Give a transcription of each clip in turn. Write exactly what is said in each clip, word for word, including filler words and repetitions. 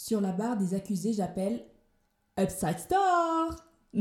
Sur la barre des accusés, j'appelle Upside Store.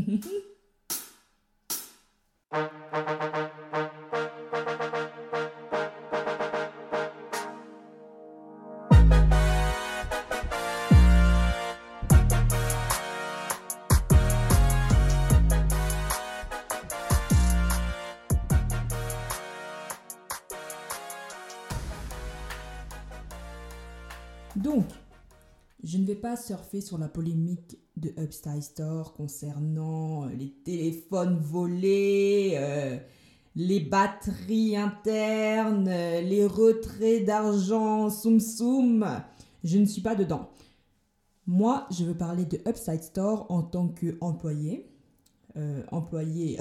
Donc, je ne vais pas surfer sur la polémique de Upside Store concernant les téléphones volés, euh, les batteries internes, euh, les retraits d'argent, soum soum. Je ne suis pas dedans. Moi, je veux parler de Upside Store en tant qu'employé. Euh, employé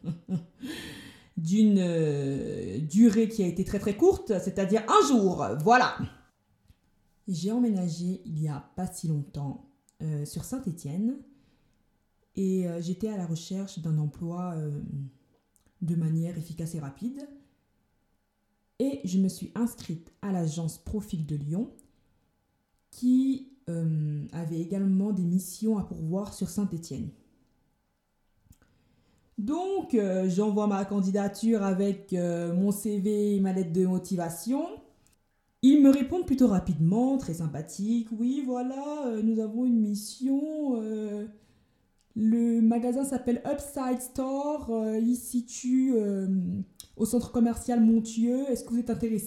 d'une euh, durée qui a été très très courte, c'est-à-dire un jour. Voilà. J'ai emménagé il n'y a pas si longtemps euh, sur Saint-Étienne et euh, j'étais à la recherche d'un emploi euh, de manière efficace et rapide. Et je me suis inscrite à l'agence Profil de Lyon qui euh, avait également des missions à pourvoir sur Saint-Étienne. Donc, euh, j'envoie ma candidature avec euh, mon C V et ma lettre de motivation. Ils me répondent plutôt rapidement, très sympathique. Oui, voilà, euh, nous avons une mission. Euh, le magasin s'appelle Upside Store. Euh, il se situe euh, au centre commercial Montieu. Est-ce que vous êtes intéressé ?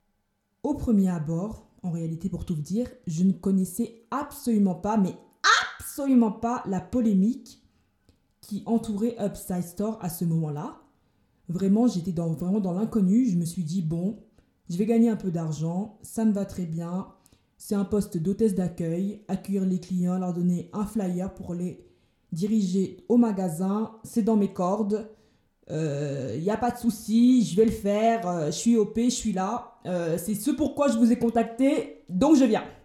Au premier abord, en réalité, pour tout vous dire, je ne connaissais absolument pas, mais absolument pas la polémique qui entourait Upside Store à ce moment-là. Vraiment, j'étais dans, vraiment dans l'inconnu. Je me suis dit, bon... je vais gagner un peu d'argent, ça me va très bien. C'est un poste d'hôtesse d'accueil, accueillir les clients, leur donner un flyer pour les diriger au magasin. C'est dans mes cordes, il euh, n'y a pas de souci, je vais le faire, euh, je suis O P, je suis là. Euh, c'est ce pourquoi je vous ai contacté, donc je viens.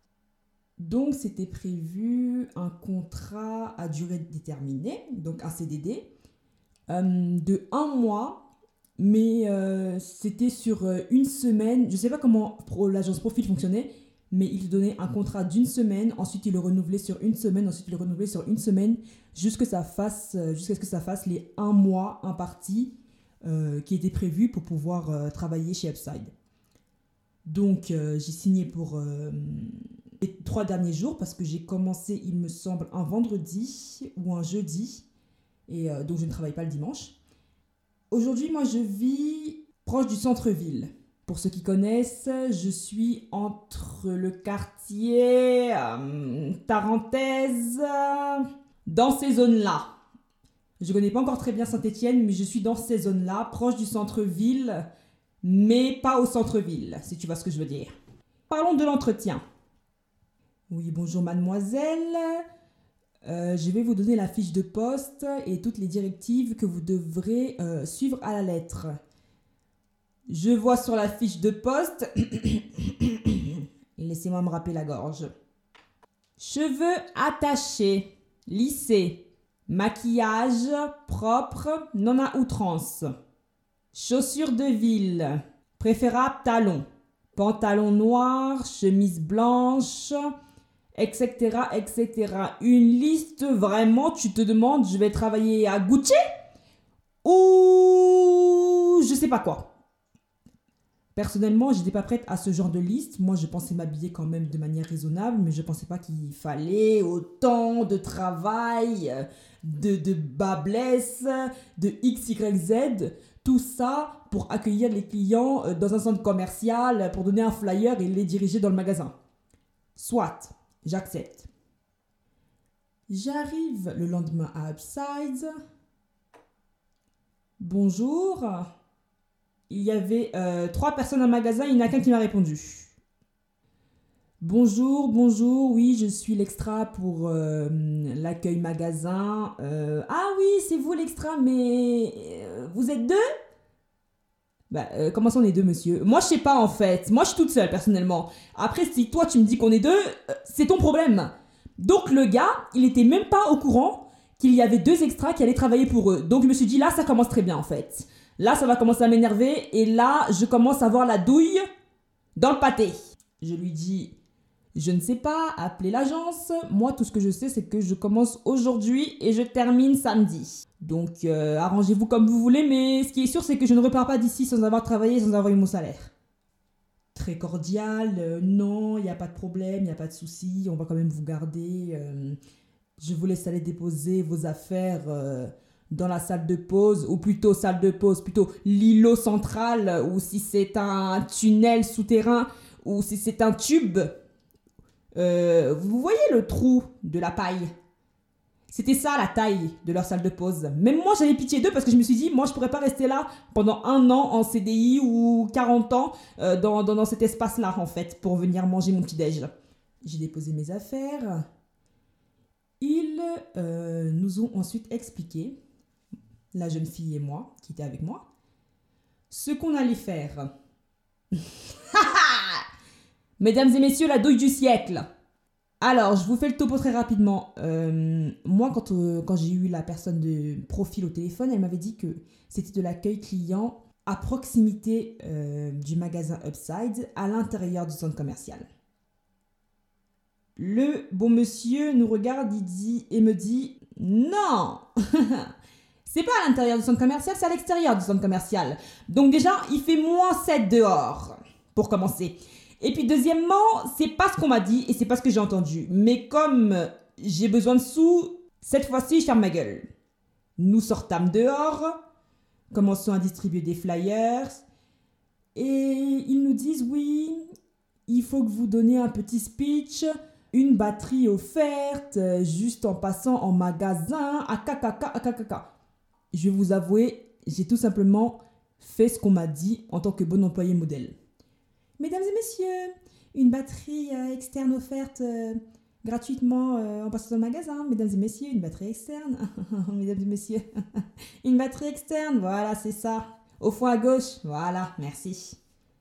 Donc c'était prévu un contrat à durée déterminée, donc un C D D, euh, de un mois. Mais euh, c'était sur euh, une semaine. Je ne sais pas comment pro, l'agence Profil fonctionnait, mais il donnait un contrat d'une semaine. Ensuite, il le renouvelait sur une semaine. Ensuite, il le renouvelait sur une semaine jusqu'à, ça fasse, euh, jusqu'à ce que ça fasse les un mois impartis euh, qui étaient prévus pour pouvoir euh, travailler chez Upside. Donc, euh, j'ai signé pour euh, les trois derniers jours parce que j'ai commencé, il me semble, un vendredi ou un jeudi. Et euh, donc, je ne travaille pas le dimanche. Aujourd'hui, moi, je vis proche du centre-ville. Pour ceux qui connaissent, je suis entre le quartier euh, Tarentaise, euh, dans ces zones-là. Je ne connais pas encore très bien Saint-Étienne, mais je suis dans ces zones-là, proche du centre-ville, mais pas au centre-ville, si tu vois ce que je veux dire. Parlons de l'entretien. Oui, bonjour mademoiselle. Euh, je vais vous donner la fiche de poste et toutes les directives que vous devrez euh, suivre à la lettre. Je vois sur la fiche de poste... Laissez-moi me râper la gorge. Cheveux attachés, lissés, maquillage propre, non à outrance. Chaussures de ville, préférable talons. Pantalon noir, chemise blanche... etc, et cetera. Une liste, vraiment, tu te demandes, je vais travailler à Gucci ou je sais pas quoi. Personnellement, j'étais pas prête à ce genre de liste. Moi, je pensais m'habiller quand même de manière raisonnable, mais je pensais pas qu'il fallait autant de travail, de, de bablesse, de X, Y, Z. Tout ça pour accueillir les clients dans un centre commercial, pour donner un flyer et les diriger dans le magasin. Soit. J'accepte. J'arrive le lendemain à Upside. Bonjour. Il y avait euh, trois personnes dans le magasin, il n'y en a qu'un qui m'a répondu. Bonjour, bonjour, oui, je suis l'extra pour euh, l'accueil magasin. Euh, ah oui, c'est vous l'extra, mais euh, vous êtes deux ? Bah, euh, comment ça on est deux, monsieur ? Moi, je sais pas, en fait. Moi, je suis toute seule, personnellement. Après, si toi, tu me dis qu'on est deux, euh, c'est ton problème. Donc, le gars, il était même pas au courant qu'il y avait deux extras qui allaient travailler pour eux. Donc, je me suis dit, là, ça commence très bien, en fait. Là, ça va commencer à m'énerver. Et là, je commence à voir la douille dans le pâté. Je lui dis, Je ne sais pas, appelez l'agence. Moi, tout ce que je sais, c'est que je commence aujourd'hui et je termine samedi. Donc, euh, arrangez-vous comme vous voulez, mais ce qui est sûr, c'est que je ne repars pas d'ici sans avoir travaillé, sans avoir eu mon salaire. Très cordial, euh, non, il n'y a pas de problème, il n'y a pas de souci, on va quand même vous garder. Euh, je vous laisse aller déposer vos affaires euh, dans la salle de pause, ou plutôt salle de pause, plutôt l'îlot central, ou si c'est un tunnel souterrain, ou si c'est un tube. Euh, vous voyez le trou de la paille? C'était ça la taille de leur salle de pause. Même moi j'avais pitié d'eux parce que je me suis dit, moi je pourrais pas rester là pendant un an en C D I ou quarante ans euh, dans, dans, dans cet espace-là en fait pour venir manger mon petit-déj. J'ai déposé mes affaires. Ils euh, nous ont ensuite expliqué, la jeune fille et moi, qui était avec moi, ce qu'on allait faire. Mesdames et messieurs, la douille du siècle. Alors, je vous fais le topo très rapidement. Euh, moi, quand, euh, quand j'ai eu la personne de profil au téléphone, elle m'avait dit que c'était de l'accueil client à proximité euh, du magasin Upside, à l'intérieur du centre commercial. Le bon monsieur nous regarde il dit, et me dit « Non !» C'est pas à l'intérieur du centre commercial, c'est à l'extérieur du centre commercial. Donc déjà, il fait moins sept dehors, pour commencer. Et puis deuxièmement, c'est pas ce qu'on m'a dit et c'est pas ce que j'ai entendu. Mais comme j'ai besoin de sous, cette fois-ci, je ferme ma gueule. Nous sortâmes dehors, commençons à distribuer des flyers et ils nous disent oui, il faut que vous donniez un petit speech, une batterie offerte, juste en passant en magasin, à kakaka, à kakaka. Je vais vous avouer, j'ai tout simplement fait ce qu'on m'a dit en tant que bon employé modèle. Mesdames et messieurs, une batterie euh, externe offerte euh, gratuitement euh, en passant dans le magasin. Mesdames et messieurs, une batterie externe. Mesdames et messieurs, une batterie externe, voilà, c'est ça. Au fond à gauche, voilà, merci.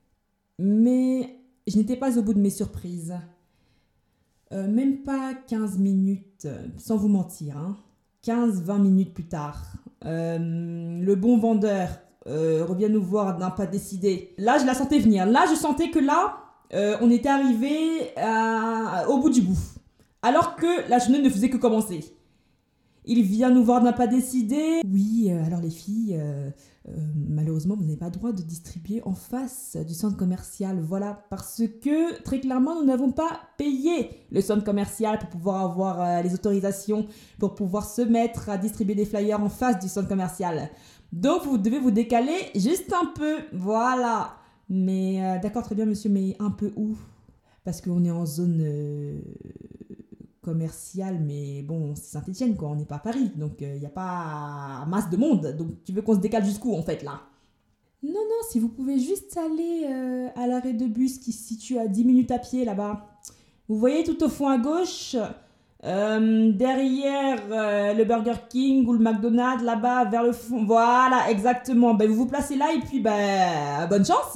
Mais je n'étais pas au bout de mes surprises. Euh, même pas quinze minutes, sans vous mentir, hein, quinze vingt minutes plus tard, euh, le bon vendeur Euh, revient nous voir d'un pas décidé. Là, je la sentais venir. Là, je sentais que là, euh, on était arrivé à, au bout du bout. Alors que la journée ne faisait que commencer. Il vient nous voir d'un pas décidé. Oui, euh, alors les filles, euh, euh, malheureusement, vous n'avez pas le droit de distribuer en face du centre commercial. Voilà, parce que très clairement, nous n'avons pas payé le centre commercial pour pouvoir avoir euh, les autorisations, pour pouvoir se mettre à distribuer des flyers en face du centre commercial. Donc, vous devez vous décaler juste un peu. Voilà. Mais, euh, d'accord, très bien, monsieur, mais un peu où? Parce qu'on est en zone euh, commerciale, mais bon, c'est Saint-Etienne, quoi. On n'est pas à Paris. Donc, il euh, n'y a pas masse de monde. Donc, tu veux qu'on se décale jusqu'où, en fait, là? Non, non, si vous pouvez juste aller euh, à l'arrêt de bus qui se situe à dix minutes à pied, là-bas. Vous voyez, tout au fond à gauche... Euh, derrière euh, le Burger King ou le McDonald's, là-bas, vers le fond. Voilà, exactement. Ben, vous vous placez là et puis, ben, bonne chance.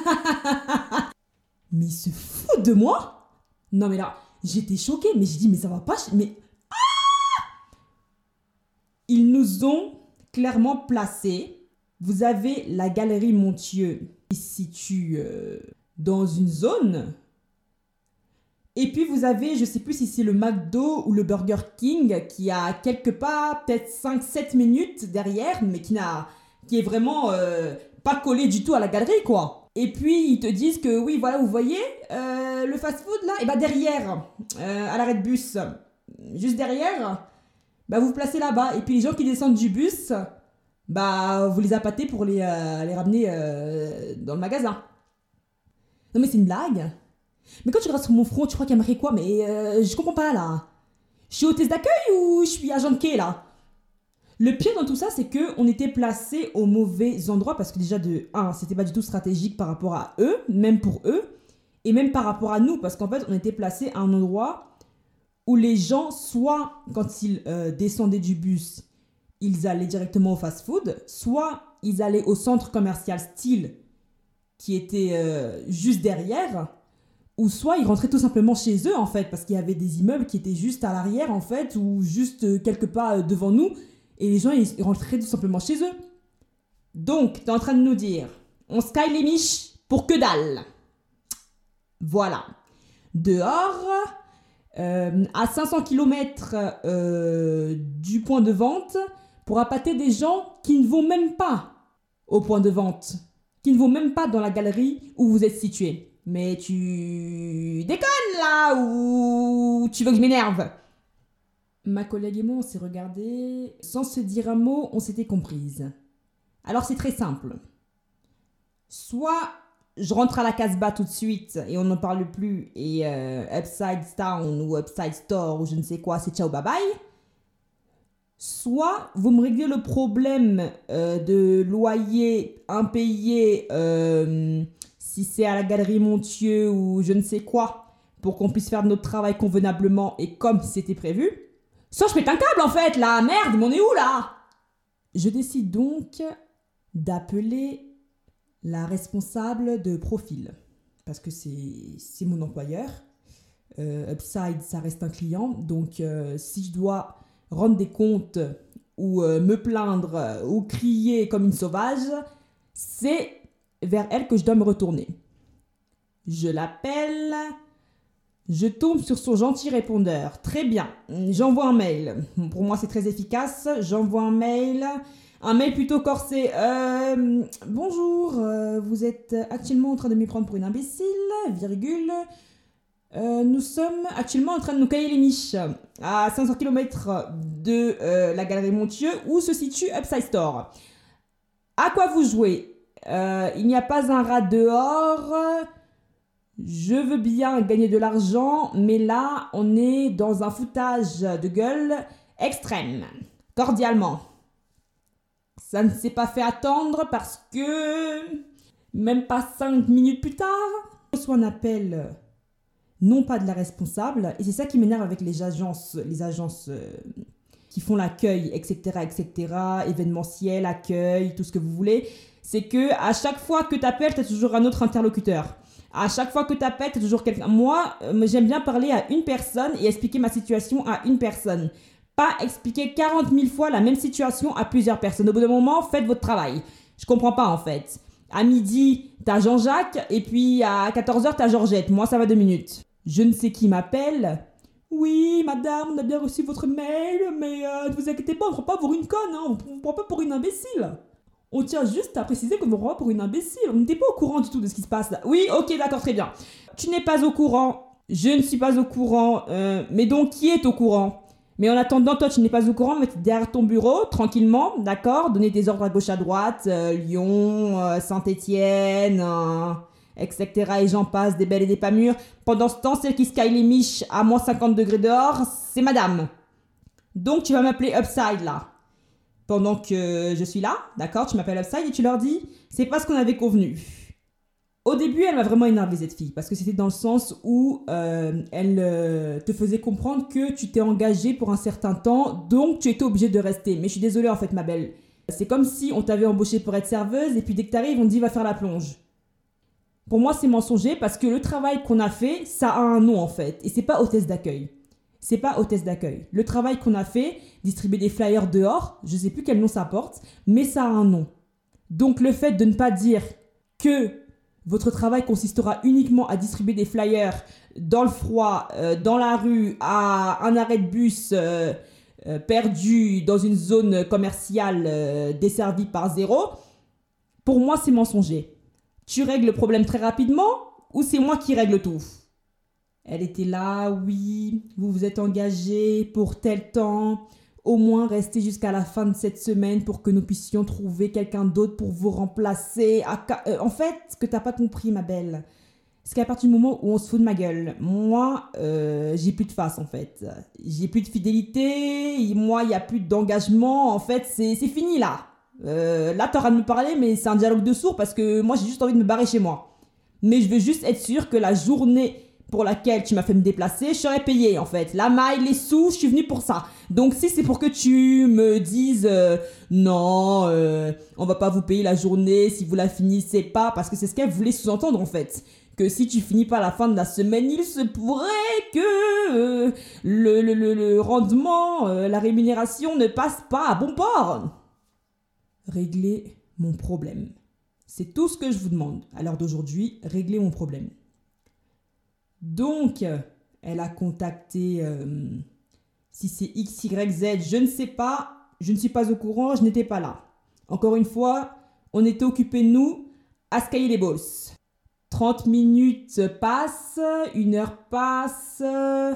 Mais il se fout de moi? Non, mais là, j'étais choquée. Mais j'ai dit, mais ça va pas. Mais. Ah! Ils nous ont clairement placés. Vous avez la galerie Montieu qui se situe euh, dans une zone. Et puis vous avez, je sais plus si c'est le McDo ou le Burger King qui a quelque part peut-être cinq sept minutes derrière, mais qui n'a, qui est vraiment euh, pas collé du tout à la galerie, quoi. Et puis ils te disent que oui, voilà, vous voyez, euh, le fast-food là, et bah derrière, euh, à l'arrêt de bus, juste derrière, bah vous vous placez là-bas. Et puis les gens qui descendent du bus, bah vous les appâtez pour les, euh, les ramener euh, dans le magasin. Non mais c'est une blague. Mais quand tu regardes sur mon front, tu crois qu'il y a marqué quoi? Mais euh, je comprends pas là. Je suis hôtesse d'accueil ou je suis agent de quai là? Le pire dans tout ça, c'est qu'on était placés au mauvais endroit parce que déjà de un, c'était pas du tout stratégique par rapport à eux, même pour eux, et même par rapport à nous parce qu'en fait, on était placés à un endroit où les gens, soit quand ils euh, descendaient du bus, ils allaient directement au fast-food, soit ils allaient au centre commercial style qui était euh, juste derrière. Ou soit ils rentraient tout simplement chez eux, en fait, parce qu'il y avait des immeubles qui étaient juste à l'arrière, en fait, ou juste quelque part devant nous, et les gens, ils rentraient tout simplement chez eux. Donc, t'es en train de nous dire, on sky les miches pour que dalle. Voilà. dehors, euh, à cinq cents kilomètres euh, du point de vente, pour appâter des gens qui ne vont même pas au point de vente, qui ne vont même pas dans la galerie où vous êtes situé. Mais tu déconnes là ou tu veux que je m'énerve? Ma collègue et moi, on s'est regardés. Sans se dire un mot, on s'était comprises. Alors c'est très simple. Soit je rentre à la Casbah tout de suite et on n'en parle plus et euh, Upside Town ou Upside Store ou je ne sais quoi, c'est ciao bye bye. Soit vous me réglez le problème euh, de loyer impayé euh, si c'est à la galerie Montieu ou je ne sais quoi pour qu'on puisse faire notre travail convenablement et comme c'était prévu. Soit je pète un câble en fait là, merde, mais on est où là? Je décide donc d'appeler la responsable de profil parce que c'est, c'est mon employeur. Euh, Upside, ça reste un client, donc euh, si je dois rendre des comptes ou euh, me plaindre euh, ou crier comme une sauvage, c'est vers elle que je dois me retourner. Je l'appelle, je tombe sur son gentil répondeur. Très bien, j'envoie un mail. Pour moi, c'est très efficace. J'envoie un mail, un mail plutôt corsé. Euh, bonjour, euh, vous êtes actuellement en train de me prendre pour une imbécile, virgule. Euh, nous sommes actuellement en train de nous cailler les miches à cinq cents kilomètres de euh, la galerie Montieu où se situe Upside Store. À quoi vous jouez? euh, Il n'y a pas un rat dehors. Je veux bien gagner de l'argent, mais là, on est dans un foutage de gueule extrême. Cordialement. Ça ne s'est pas fait attendre parce que même pas cinq minutes plus tard, je reçois un appel non pas de la responsable, et c'est ça qui m'énerve avec les agences, les agences euh, qui font l'accueil, et cetera, et cetera, événementiel, accueil, tout ce que vous voulez, c'est que à chaque fois que tu appelles, tu as toujours un autre interlocuteur. À chaque fois que tu appelles, tu as toujours quelqu'un. Moi, euh, j'aime bien parler à une personne et expliquer ma situation à une personne. Pas expliquer quarante mille fois la même situation à plusieurs personnes. Au bout d'un moment, faites votre travail. Je comprends pas en fait. À midi, t'as Jean-Jacques et puis à quatorze heures, t'as Georgette. Moi, ça va deux minutes. Je ne sais qui m'appelle. Oui, madame, on a bien reçu votre mail, mais euh, ne vous inquiétez pas, on ne prend pas pour une conne, hein, on ne prend pas pour une imbécile. On tient juste à préciser qu'on ne prend pas pour une imbécile. On n'était pas au courant du tout de ce qui se passe là. Oui, ok, d'accord, très bien. Tu n'es pas au courant. Je ne suis pas au courant. Euh, mais donc, qui est au courant? Mais en attendant, toi, tu n'es pas au courant, mais tu es derrière ton bureau, tranquillement, d'accord? Donner des ordres à gauche, à droite, euh, Lyon, euh, Saint-Étienne, euh, et cetera. Et j'en passe, des belles et des pas mûres. Pendant ce temps, celle qui sky les miches à moins cinquante degrés dehors, c'est madame. Donc, tu vas m'appeler Upside, là. Pendant que je suis là, d'accord? Tu m'appelles Upside et tu leur dis, c'est pas ce qu'on avait convenu. Au début, elle m'a vraiment énervé cette fille, parce que c'était dans le sens où euh, elle euh, te faisait comprendre que tu t'es engagé pour un certain temps, donc tu étais obligé de rester. Mais je suis désolée en fait, ma belle. C'est comme si on t'avait embauché pour être serveuse, et puis dès que t'arrives, on te dit va faire la plonge. Pour moi, c'est mensonger, parce que le travail qu'on a fait, ça a un nom en fait, et c'est pas hôtesse d'accueil. C'est pas hôtesse d'accueil. Le travail qu'on a fait, distribuer des flyers dehors, je sais plus quel nom ça porte, mais ça a un nom. Donc le fait de ne pas dire que votre travail consistera uniquement à distribuer des flyers dans le froid, euh, dans la rue, à un arrêt de bus euh, euh, perdu dans une zone commerciale euh, desservie par zéro. Pour moi, c'est mensonger. Tu règles le problème très rapidement ou c'est moi qui règle tout? Elle était là, oui, vous vous êtes engagé pour tel temps. Au moins rester jusqu'à la fin de cette semaine pour que nous puissions trouver quelqu'un d'autre pour vous remplacer. Euh, en fait, ce que t'as pas compris, ma belle, c'est qu'à partir du moment où on se fout de ma gueule, moi, euh, j'ai plus de face, en fait. J'ai plus de fidélité, moi, il n'y a plus d'engagement. En fait, c'est, c'est fini, là. Euh, là, t'auras de me parler, mais c'est un dialogue de sourds parce que moi, j'ai juste envie de me barrer chez moi. Mais je veux juste être sûre que la journée pour laquelle tu m'as fait me déplacer, je serais payée en fait. La maille, les sous, je suis venue pour ça. Donc si c'est pour que tu me dises euh, non, euh, on va pas vous payer la journée si vous la finissez pas, parce que c'est ce qu'elle voulait sous-entendre en fait. Que si tu finis pas à la fin de la semaine, il se pourrait que euh, le, le, le, le rendement, euh, la rémunération ne passe pas à bon port. Régler mon problème. C'est tout ce que je vous demande. À l'heure d'aujourd'hui, régler mon problème. Donc, elle a contacté, euh, si c'est X, Y, Z, je ne sais pas, je ne suis pas au courant, je n'étais pas là. Encore une fois, on était occupés, nous, à scailler les balls. trente minutes passent, une heure passe, euh,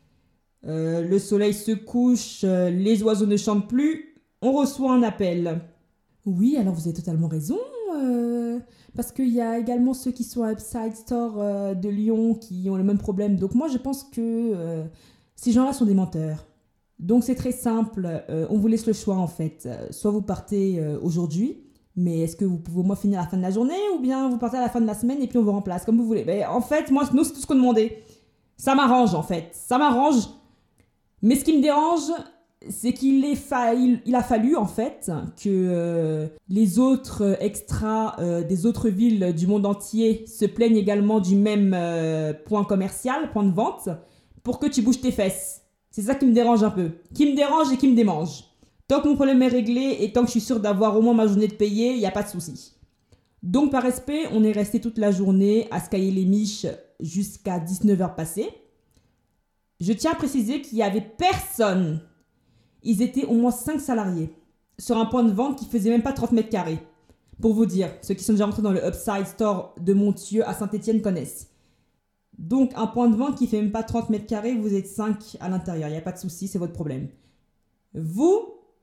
le soleil se couche, euh, les oiseaux ne chantent plus, on reçoit un appel. Oui, alors vous avez totalement raison, euh, parce qu'il y a également ceux qui sont à Upside Store euh, de Lyon qui ont le même problème. Donc moi, je pense que euh, ces gens-là sont des menteurs. Donc c'est très simple, euh, on vous laisse le choix en fait. Soit vous partez euh, aujourd'hui, mais est-ce que vous pouvez au moins finir à la fin de la journée, ou bien vous partez à la fin de la semaine et puis on vous remplace, comme vous voulez. Mais en fait, moi, nous, c'est tout ce qu'on demandait. Ça m'arrange en fait, ça m'arrange. Mais ce qui me dérange, c'est qu'il est fa- il, il a fallu en fait que euh, les autres extras euh, des autres villes du monde entier se plaignent également du même euh, point commercial, point de vente, pour que tu bouges tes fesses. C'est ça qui me dérange un peu. Qui me dérange et qui me démange. Tant que mon problème est réglé et tant que je suis sûre d'avoir au moins ma journée de payer, il n'y a pas de souci. Donc par respect, on est resté toute la journée à scailler les miches jusqu'à dix-neuf heures passées. Je tiens à préciser qu'il n'y avait personne. Ils étaient au moins cinq salariés sur un point de vente qui faisait même pas trente mètres carrés. Pour vous dire, ceux qui sont déjà rentrés dans le Upside Store de Montieu à Saint-Étienne connaissent. Donc un point de vente qui fait même pas trente mètres carrés, vous êtes cinq à l'intérieur, il n'y a pas de souci, c'est votre problème. Vous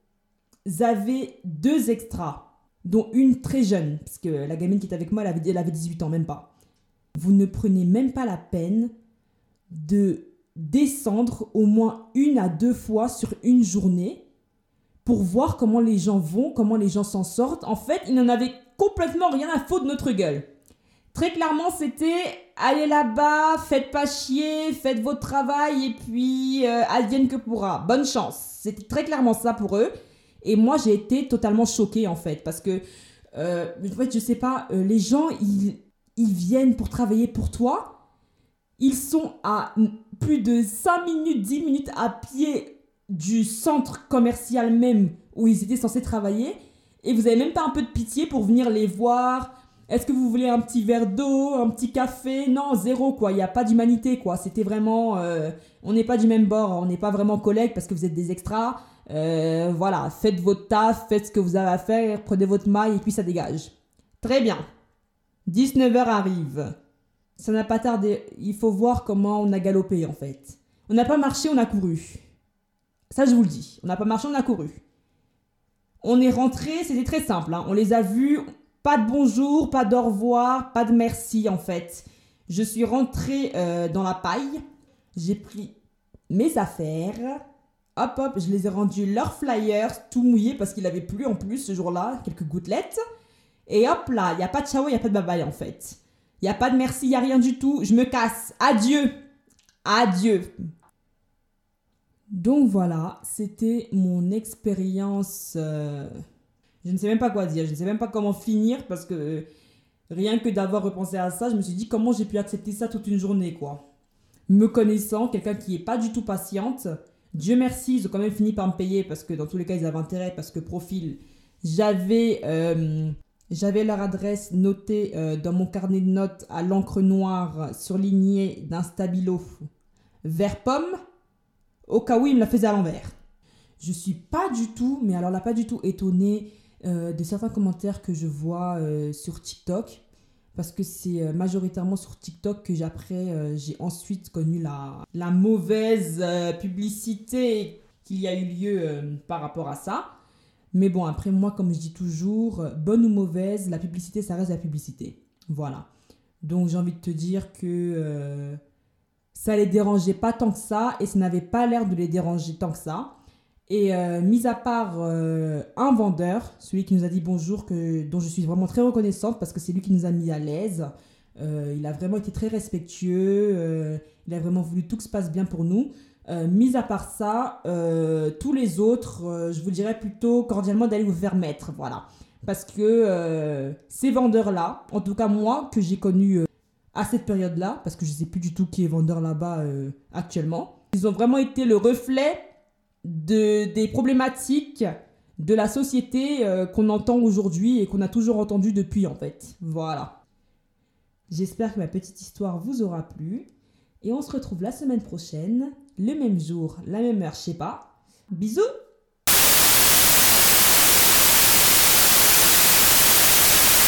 avez deux extras, dont une très jeune, parce que la gamine qui est avec moi, elle avait, elle avait dix-huit ans, même pas. Vous ne prenez même pas la peine de descendre au moins une à deux fois sur une journée pour voir comment les gens vont, comment les gens s'en sortent. En fait, ils n'en avaient complètement rien à foutre de notre gueule. Très clairement, c'était allez là-bas, faites pas chier, faites votre travail et puis euh, advienne que pourra. Bonne chance. C'était très clairement ça pour eux. Et moi, j'ai été totalement choquée en fait parce que, euh, en fait, je sais pas, euh, les gens, ils, ils viennent pour travailler pour toi. Ils sont à plus de cinq minutes, dix minutes à pied du centre commercial même où ils étaient censés travailler. Et vous n'avez même pas un peu de pitié pour venir les voir. Est-ce que vous voulez un petit verre d'eau, un petit café? Non, zéro quoi, il n'y a pas d'humanité quoi. C'était vraiment... Euh, on n'est pas du même bord, on n'est pas vraiment collègues parce que vous êtes des extras. Euh, voilà, faites votre taf, faites ce que vous avez à faire, prenez votre maille et puis ça dégage. Très bien. dix-neuf heures arrive. Ça n'a pas tardé. Il faut voir comment on a galopé en fait. On n'a pas marché, on a couru. Ça je vous le dis. On n'a pas marché, on a couru. On est rentré, c'était très simple. Hein. On les a vus... Pas de bonjour, pas d'au revoir, pas de merci en fait. Je suis rentrée euh, dans la paille, j'ai pris mes affaires, hop hop, je les ai rendus leurs flyers, tout mouillé parce qu'il avait plu en plus ce jour-là, quelques gouttelettes. Et hop là, il n'y a pas de ciao, il n'y a pas de bye bye en fait. Il n'y a pas de merci, il n'y a rien du tout, je me casse. Adieu, adieu. Donc voilà, c'était mon expérience... Euh... Je ne sais même pas quoi dire, je ne sais même pas comment finir parce que euh, rien que d'avoir repensé à ça, je me suis dit comment j'ai pu accepter ça toute une journée quoi. Me connaissant, quelqu'un qui n'est pas du tout patiente, Dieu merci, ils ont quand même fini par me payer parce que dans tous les cas ils avaient intérêt parce que profil, j'avais, euh, j'avais leur adresse notée euh, dans mon carnet de notes à l'encre noire surlignée d'un stabilo vert pomme, au cas où il me la faisait à l'envers. Je suis pas du tout, mais alors là pas du tout étonnée Euh, de certains commentaires que je vois euh, sur TikTok parce que c'est euh, majoritairement sur TikTok que j'après euh, j'ai ensuite connu la, la mauvaise euh, publicité qu'il y a eu lieu euh, par rapport à ça. Mais bon, après moi, comme je dis toujours, euh, bonne ou mauvaise, la publicité, ça reste la publicité. Voilà. Donc j'ai envie de te dire que euh, ça les dérangeait pas tant que ça et ça n'avait pas l'air de les déranger tant que ça. Et euh, mis à part euh, un vendeur, celui qui nous a dit bonjour, que, dont je suis vraiment très reconnaissante parce que c'est lui qui nous a mis à l'aise. Euh, il a vraiment été très respectueux, euh, il a vraiment voulu tout que se passe bien pour nous. Euh, mis à part ça, euh, tous les autres, euh, je vous dirais plutôt cordialement d'aller vous faire mettre, voilà. Parce que euh, ces vendeurs-là, en tout cas moi, que j'ai connu euh, à cette période-là, parce que je ne sais plus du tout qui est vendeur là-bas euh, actuellement, ils ont vraiment été le reflet de, des problématiques de la société euh, qu'on entend aujourd'hui et qu'on a toujours entendu depuis en fait. Voilà. J'espère que ma petite histoire vous aura plu. Et on se retrouve la semaine prochaine, le même jour, la même heure, je sais pas. Bisous!